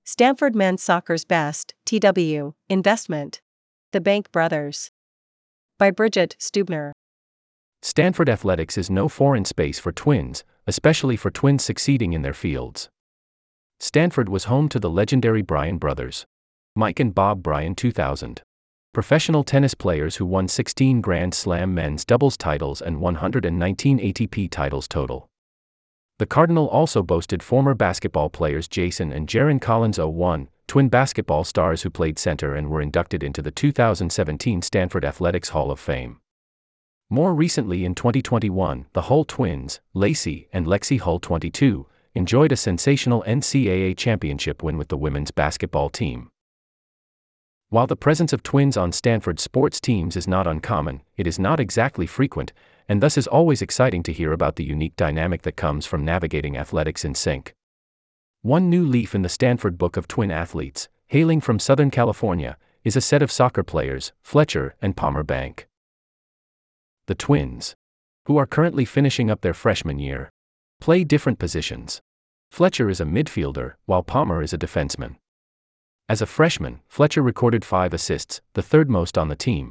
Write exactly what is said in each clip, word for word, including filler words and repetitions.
Stanford Men's Soccer's Best, T W, Investment. The Bank Brothers. By Bridget Stubner. Stanford Athletics is no foreign space for twins, especially for twins succeeding in their fields. Stanford was home to the legendary Bryan brothers, Mike and Bob Bryan two thousand. Professional tennis players who won sixteen Grand Slam men's doubles titles and one hundred nineteen A T P titles total. The Cardinal also boasted former basketball players Jason and Jarron Collins oh one, twin basketball stars who played center and were inducted into the two thousand seventeen Stanford Athletics Hall of Fame. More recently in twenty twenty-one, the Hull twins, Lacey and Lexi Hull twenty-two, enjoyed a sensational N C double A championship win with the women's basketball team. While the presence of twins on Stanford sports teams is not uncommon, it is not exactly frequent, and thus is always exciting to hear about the unique dynamic that comes from navigating athletics in sync. One new leaf in the Stanford Book of Twin Athletes, hailing from Southern California, is a set of soccer players, Fletcher and Palmer Bank. The twins, who are currently finishing up their freshman year, play different positions. Fletcher is a midfielder, while Palmer is a defenseman. As a freshman, Fletcher recorded five assists, the third most on the team.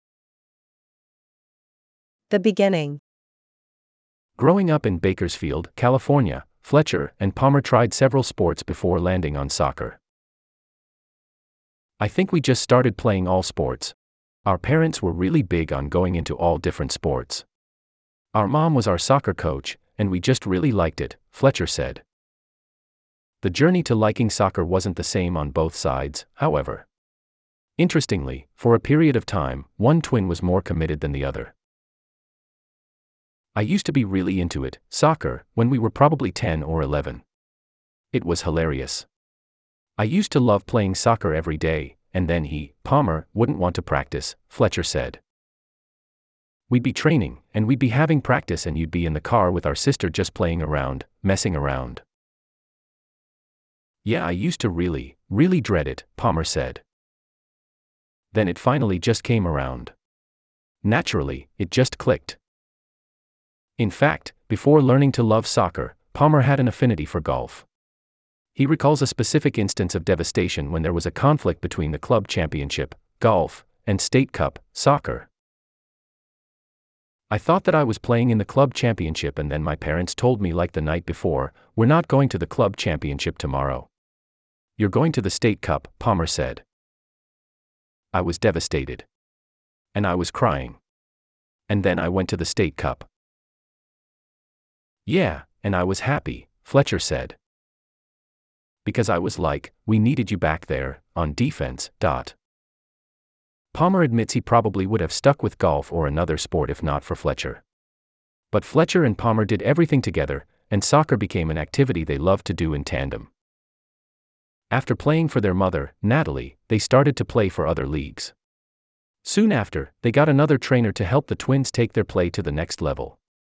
The beginning. Growing up in Bakersfield, California, Fletcher and Palmer tried several sports before landing on soccer. I think we just started playing all sports. Our parents were really big on going into all different sports. Our mom was our soccer coach, and we just really liked it, Fletcher said. The journey to liking soccer wasn't the same on both sides, however. Interestingly, for a period of time, one twin was more committed than the other. I used to be really into it, soccer, when we were probably ten or eleven. It was hilarious. I used to love playing soccer every day, and then he, Palmer, wouldn't want to practice, Fletcher said. We'd be training, and we'd be having practice and you'd be in the car with our sister just playing around, messing around. Yeah, I used to really, really dread it, Palmer said. Then it finally just came around. Naturally, it just clicked. In fact, before learning to love soccer, Palmer had an affinity for golf. He recalls a specific instance of devastation when there was a conflict between the club championship, golf, and state cup, soccer. I thought that I was playing in the club championship and then my parents told me like the night before, we're not going to the club championship tomorrow. You're going to the state cup, Palmer said. I was devastated. And I was crying. And then I went to the state cup. Yeah, and I was happy, Fletcher said. Because I was like, we needed you back there, on defense, dot. Palmer admits he probably would have stuck with golf or another sport if not for Fletcher. But Fletcher and Palmer did everything together, and soccer became an activity they loved to do in tandem. After playing for their mother, Natalie, they started to play for other leagues. Soon after, they got another trainer to help the twins take their play to the next level.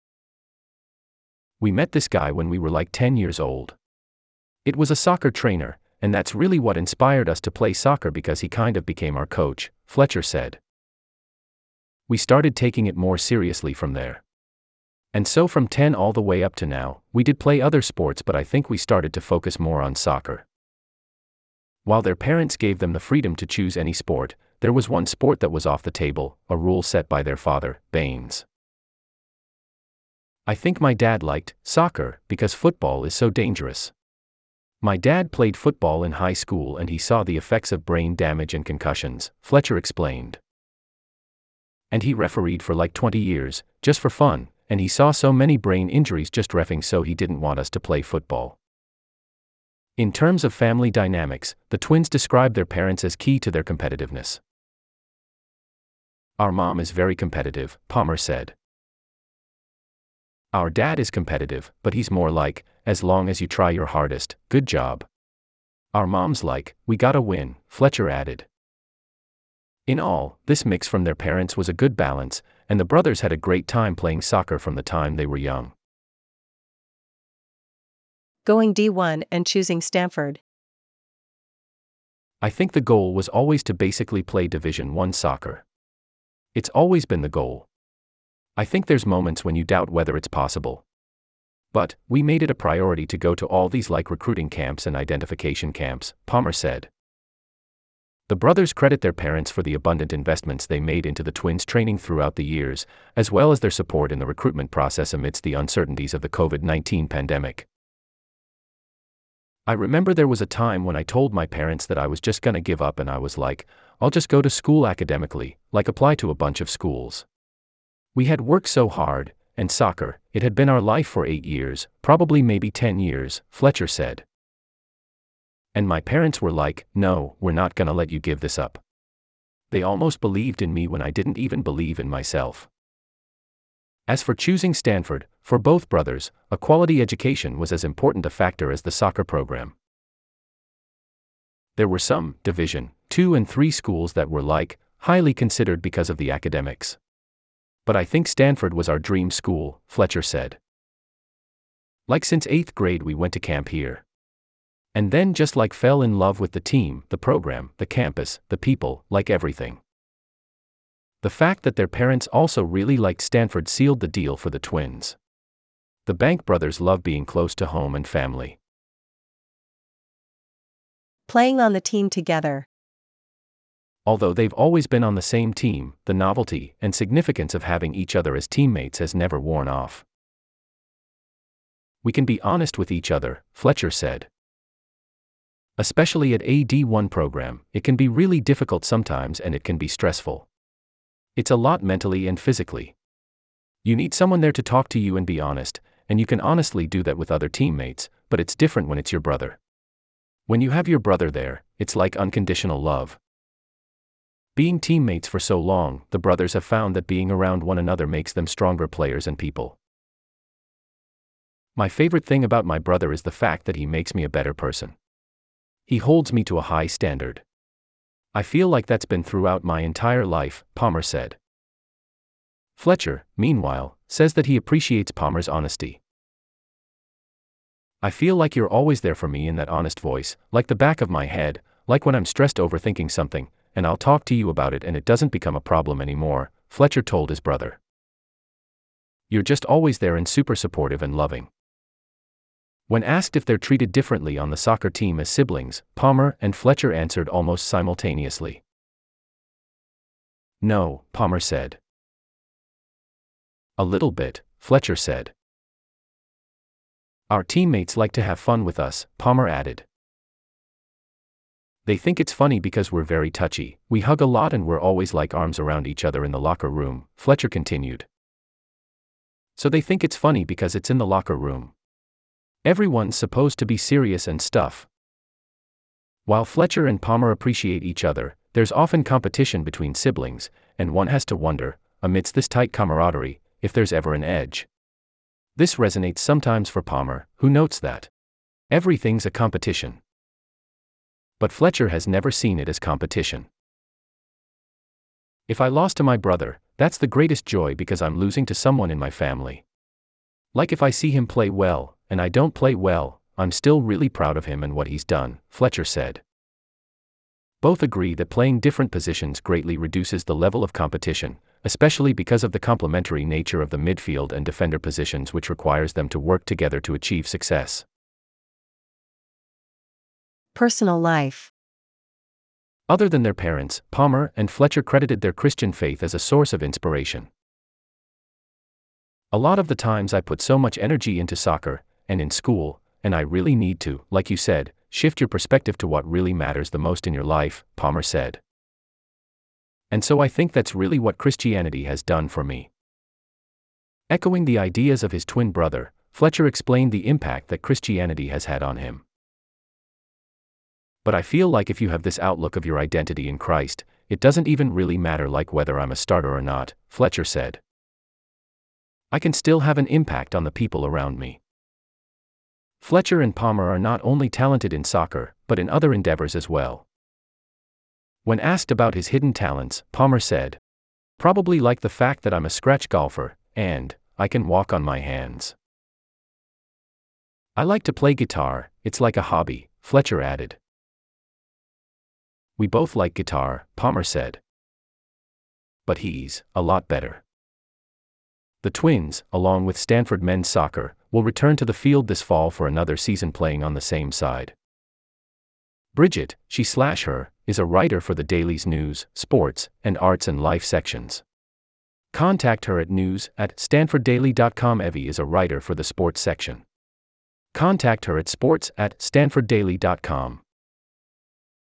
We met this guy when we were like ten years old. It was a soccer trainer, and that's really what inspired us to play soccer because he kind of became our coach, Fletcher said. We started taking it more seriously from there. And so from ten all the way up to now, we did play other sports but I think we started to focus more on soccer. While their parents gave them the freedom to choose any sport, there was one sport that was off the table, a rule set by their father, Baines. I think my dad liked soccer because football is so dangerous. My dad played football in high school and he saw the effects of brain damage and concussions, Fletcher explained. And he refereed for like twenty years, just for fun, and he saw so many brain injuries just reffing so he didn't want us to play football. In terms of family dynamics, the twins describe their parents as key to their competitiveness. Our mom is very competitive, Palmer said. Our dad is competitive, but he's more like, as long as you try your hardest, good job. Our mom's like, we gotta win, Fletcher added. In all, this mix from their parents was a good balance, and the brothers had a great time playing soccer from the time they were young. Going D one and choosing Stanford. I think the goal was always to basically play Division one soccer. It's always been the goal. I think there's moments when you doubt whether it's possible. But, we made it a priority to go to all these like recruiting camps and identification camps, Palmer said. The brothers credit their parents for the abundant investments they made into the twins' training throughout the years, as well as their support in the recruitment process amidst the uncertainties of the COVID nineteen pandemic. I remember there was a time when I told my parents that I was just gonna give up and I was like, I'll just go to school academically, like apply to a bunch of schools. We had worked so hard, and soccer, it had been our life for eight years, probably maybe ten years, Fletcher said. And my parents were like, no, we're not gonna let you give this up. They almost believed in me when I didn't even believe in myself. As for choosing Stanford, for both brothers, a quality education was as important a factor as the soccer program. There were some Division two and three schools that were like, highly considered because of the academics. But I think Stanford was our dream school, Fletcher said. Like since eighth grade we went to camp here. And then just like fell in love with the team, the program, the campus, the people, like everything. The fact that their parents also really liked Stanford sealed the deal for the twins. The Bank brothers love being close to home and family. Playing on the team together. Although they've always been on the same team, the novelty and significance of having each other as teammates has never worn off. We can be honest with each other, Fletcher said. Especially at a D one program, it can be really difficult sometimes and it can be stressful. It's a lot mentally and physically. You need someone there to talk to you and be honest, and you can honestly do that with other teammates, but it's different when it's your brother. When you have your brother there, it's like unconditional love. Being teammates for so long, the brothers have found that being around one another makes them stronger players and people. My favorite thing about my brother is the fact that he makes me a better person. He holds me to a high standard. I feel like that's been throughout my entire life, Palmer said. Fletcher, meanwhile, says that he appreciates Palmer's honesty. I feel like you're always there for me in that honest voice, like the back of my head, like when I'm stressed overthinking something, and I'll talk to you about it and it doesn't become a problem anymore, Fletcher told his brother. You're just always there and super supportive and loving. When asked if they're treated differently on the soccer team as siblings, Palmer and Fletcher answered almost simultaneously. No, Palmer said. A little bit, Fletcher said. Our teammates like to have fun with us, Palmer added. They think it's funny because we're very touchy, we hug a lot and we're always like arms around each other in the locker room, Fletcher continued. So they think it's funny because it's in the locker room. Everyone's supposed to be serious and stuff. While Fletcher and Palmer appreciate each other, there's often competition between siblings, and one has to wonder, amidst this tight camaraderie, if there's ever an edge. This resonates sometimes for Palmer, who notes that everything's a competition. But Fletcher has never seen it as competition. If I lost to my brother, that's the greatest joy because I'm losing to someone in my family. Like if I see him play well, and I don't play well, I'm still really proud of him and what he's done, Fletcher said. Both agree that playing different positions greatly reduces the level of competition, especially because of the complementary nature of the midfield and defender positions which requires them to work together to achieve success. Personal life. Other than their parents, Palmer and Fletcher credited their Christian faith as a source of inspiration. A lot of the times I put so much energy into soccer, and in school, and I really need to, like you said, shift your perspective to what really matters the most in your life, Palmer said. And so I think that's really what Christianity has done for me. Echoing the ideas of his twin brother, Fletcher explained the impact that Christianity has had on him. But I feel like if you have this outlook of your identity in Christ, it doesn't even really matter like whether I'm a starter or not, Fletcher said. I can still have an impact on the people around me. Fletcher and Palmer are not only talented in soccer, but in other endeavors as well. When asked about his hidden talents, Palmer said, probably like the fact that I'm a scratch golfer, and I can walk on my hands. I like to play guitar, it's like a hobby, Fletcher added. We both like guitar, Palmer said. But he's a lot better. The twins, along with Stanford men's soccer, will return to the field this fall for another season playing on the same side. Bridget, she slash her, is a writer for the Daily's news, sports, and arts and life sections. Contact her at news at stanford daily dot com. Evie is a writer for the sports section. Contact her at sports at stanford daily dot com.